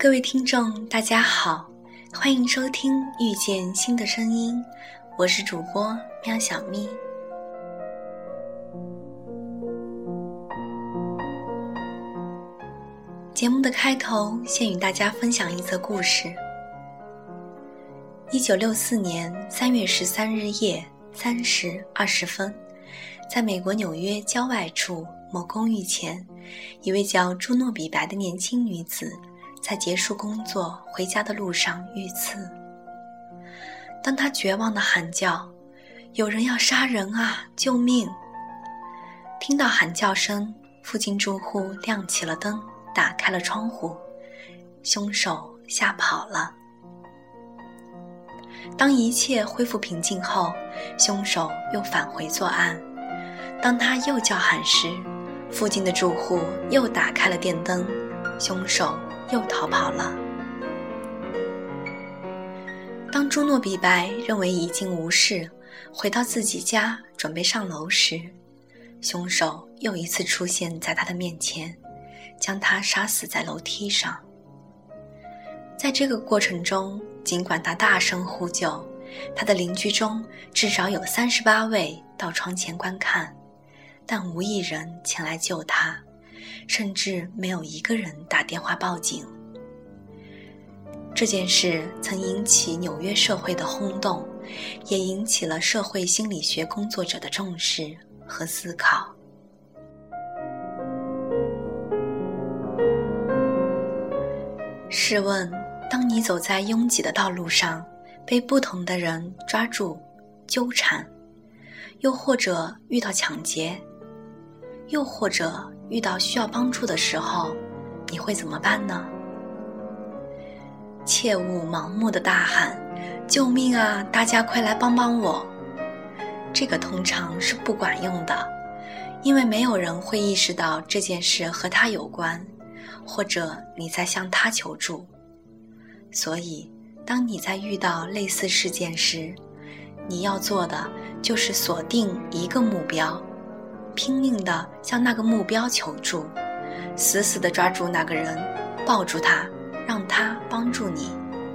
各位听众大家好，欢迎收听遇见新的声音，我是主播喵小咪。节目的开头先与大家分享一则故事。1964年3月13日夜3时20分，在美国纽约郊外处某公寓前，一位叫朱诺比白的年轻女子在结束工作回家的路上遇刺。当她绝望地喊叫，有人要杀人啊，救命！听到喊叫声，附近住户亮起了灯，打开了窗户，凶手吓跑了。当一切恢复平静后，凶手又返回作案。当他又叫喊时，附近的住户又打开了电灯，凶手又逃跑了。当朱诺比白认为已经无事，回到自己家准备上楼时，凶手又一次出现在他的面前，将他杀死在楼梯上。在这个过程中，尽管他大声呼救，他的邻居中至少有38位到窗前观看，但无一人前来救他，甚至没有一个人打电话报警。这件事曾引起纽约社会的轰动，也引起了社会心理学工作者的重视和思考。试问，当你走在拥挤的道路上，被不同的人抓住、纠缠，又或者遇到抢劫，又或者遇到需要帮助的时候，你会怎么办呢？切勿盲目的大喊救命啊，大家快来帮帮我。这个通常是不管用的，因为没有人会意识到这件事和他有关，或者你在向他求助。所以当你在遇到类似事件时，你要做的就是锁定一个目标，拼命地向那个目标求助，死死地抓住那个人，抱住他，让他帮助你。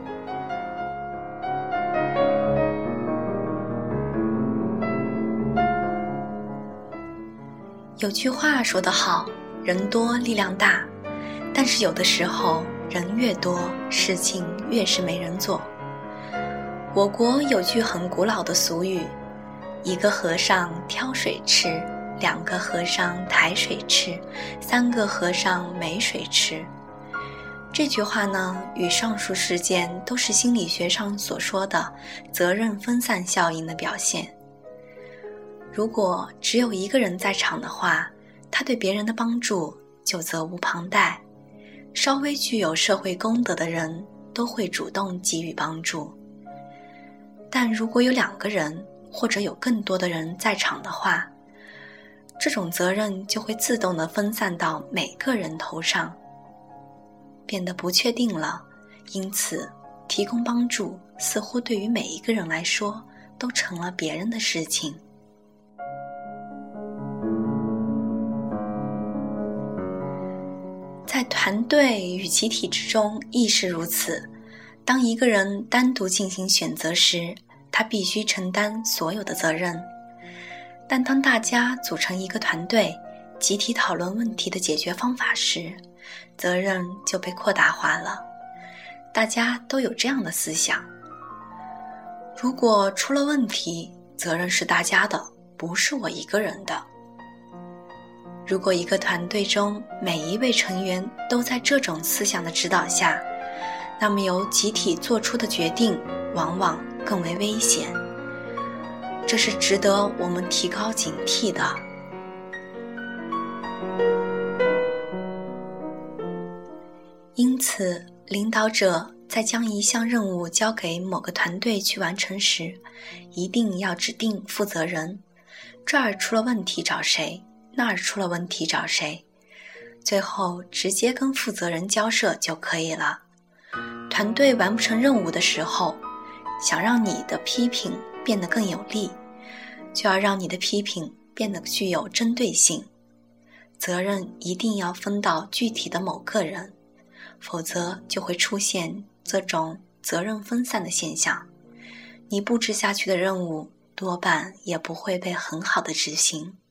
有句话说得好，人多力量大，但是有的时候人越多，事情越是没人做。我国有句很古老的俗语，一个和尚挑水吃，两个和尚抬水吃，三个和尚没水吃。这句话呢，与上述事件都是心理学上所说的责任分散效应的表现。如果只有一个人在场的话，他对别人的帮助就责无旁贷，稍微具有社会公德的人都会主动给予帮助。但如果有2个人或者有更多的人在场的话，这种责任就会自动地分散到每个人头上，变得不确定了。因此提供帮助似乎对于每一个人来说都成了别人的事情。在团队与集体之中亦是如此，当一个人单独进行选择时，他必须承担所有的责任。但当大家组成一个团队，集体讨论问题的解决方法时，责任就被扩大化了。大家都有这样的思想：如果出了问题，责任是大家的，不是我一个人的。如果一个团队中每一位成员都在这种思想的指导下，那么由集体做出的决定往往更为危险。这是值得我们提高警惕的。因此，领导者在将一项任务交给某个团队去完成时，一定要指定负责人，这儿出了问题找谁，那儿出了问题找谁，最后直接跟负责人交涉就可以了。团队完不成任务的时候，想让你的批评变得更有力，就要让你的批评变得具有针对性。责任一定要分到具体的某个人， 否则就会出现这种责任分散的现象，你布置下去的任务多半也不会被很好的执行。